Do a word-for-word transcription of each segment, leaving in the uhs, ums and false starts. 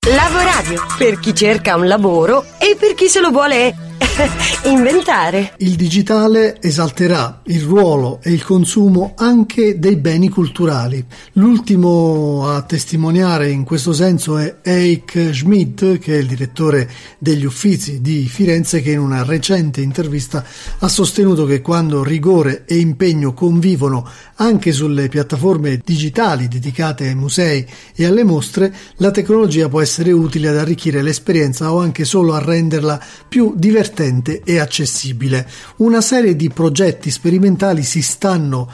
Lavoradio, per chi cerca un lavoro e per chi se lo vuole inventare. Il digitale esalterà il ruolo e il consumo anche dei beni culturali. L'ultimo a testimoniare in questo senso è Eik Schmidt, che è il direttore degli Uffizi di Firenze, che in una recente intervista ha sostenuto che quando rigore e impegno convivono anche sulle piattaforme digitali dedicate ai musei e alle mostre, la tecnologia può essere utile ad arricchire l'esperienza o anche solo a renderla più divertente e accessibile. Una serie di progetti sperimentali si stanno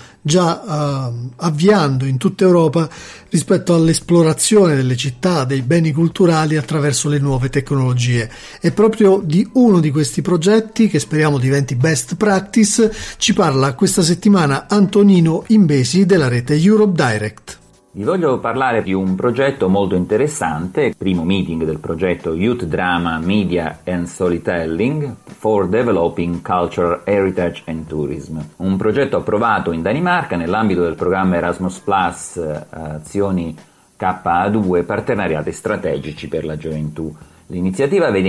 già uh, avviando in tutta Europa rispetto all'esplorazione delle città, dei beni culturali attraverso le nuove tecnologie. E proprio di uno di questi progetti, che speriamo diventi best practice, ci parla questa settimana Antonino Imbesi della rete Europe Direct. Vi voglio parlare di un progetto molto interessante, primo meeting del progetto Youth Drama, Media and Storytelling for Developing Cultural Heritage and Tourism, un progetto approvato in Danimarca nell'ambito del programma Erasmus Plus, azioni K A due, partenariati strategici per la gioventù. L'iniziativa vede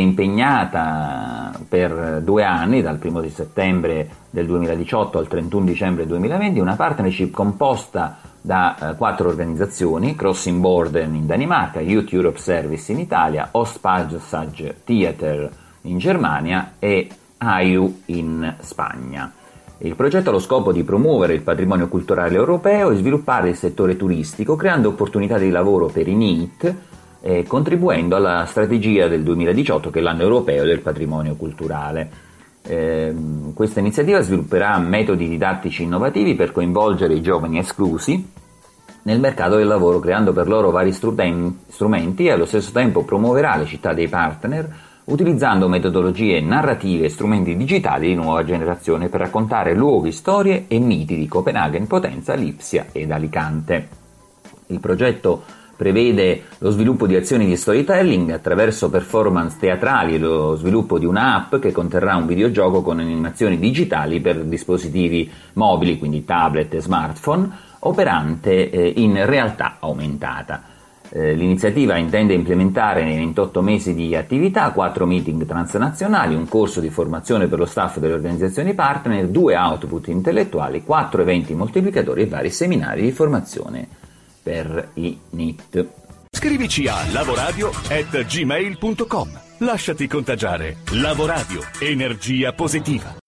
impegnata per due anni, dal primo di settembre del duemiladiciotto al trentuno dicembre duemilaventi, una partnership composta da eh, quattro organizzazioni: Crossing Border in Danimarca, Youth Europe Service in Italia, Ostpassage Theater in Germania e A I U in Spagna. Il progetto ha lo scopo di promuovere il patrimonio culturale europeo e sviluppare il settore turistico, creando opportunità di lavoro per i N E E T e contribuendo alla strategia del duemiladiciotto, che è l'anno europeo del patrimonio culturale. Eh, questa iniziativa svilupperà metodi didattici innovativi per coinvolgere i giovani esclusi nel mercato del lavoro, creando per loro vari strumenti, e allo stesso tempo promuoverà le città dei partner utilizzando metodologie narrative e strumenti digitali di nuova generazione per raccontare luoghi, storie e miti di Copenaghen, Potenza, Lipsia ed Alicante. Il progetto prevede lo sviluppo di azioni di storytelling attraverso performance teatrali e lo sviluppo di un'app che conterrà un videogioco con animazioni digitali per dispositivi mobili, quindi tablet e smartphone, operante eh, in realtà aumentata. Eh, l'iniziativa intende implementare nei ventotto mesi di attività quattro meeting transnazionali, un corso di formazione per lo staff delle organizzazioni partner, due output intellettuali, quattro eventi moltiplicatori e vari seminari di formazione per i N I T. Scrivici a lavoradio at gmail punto com. Lasciati contagiare. Lavoradio, energia positiva.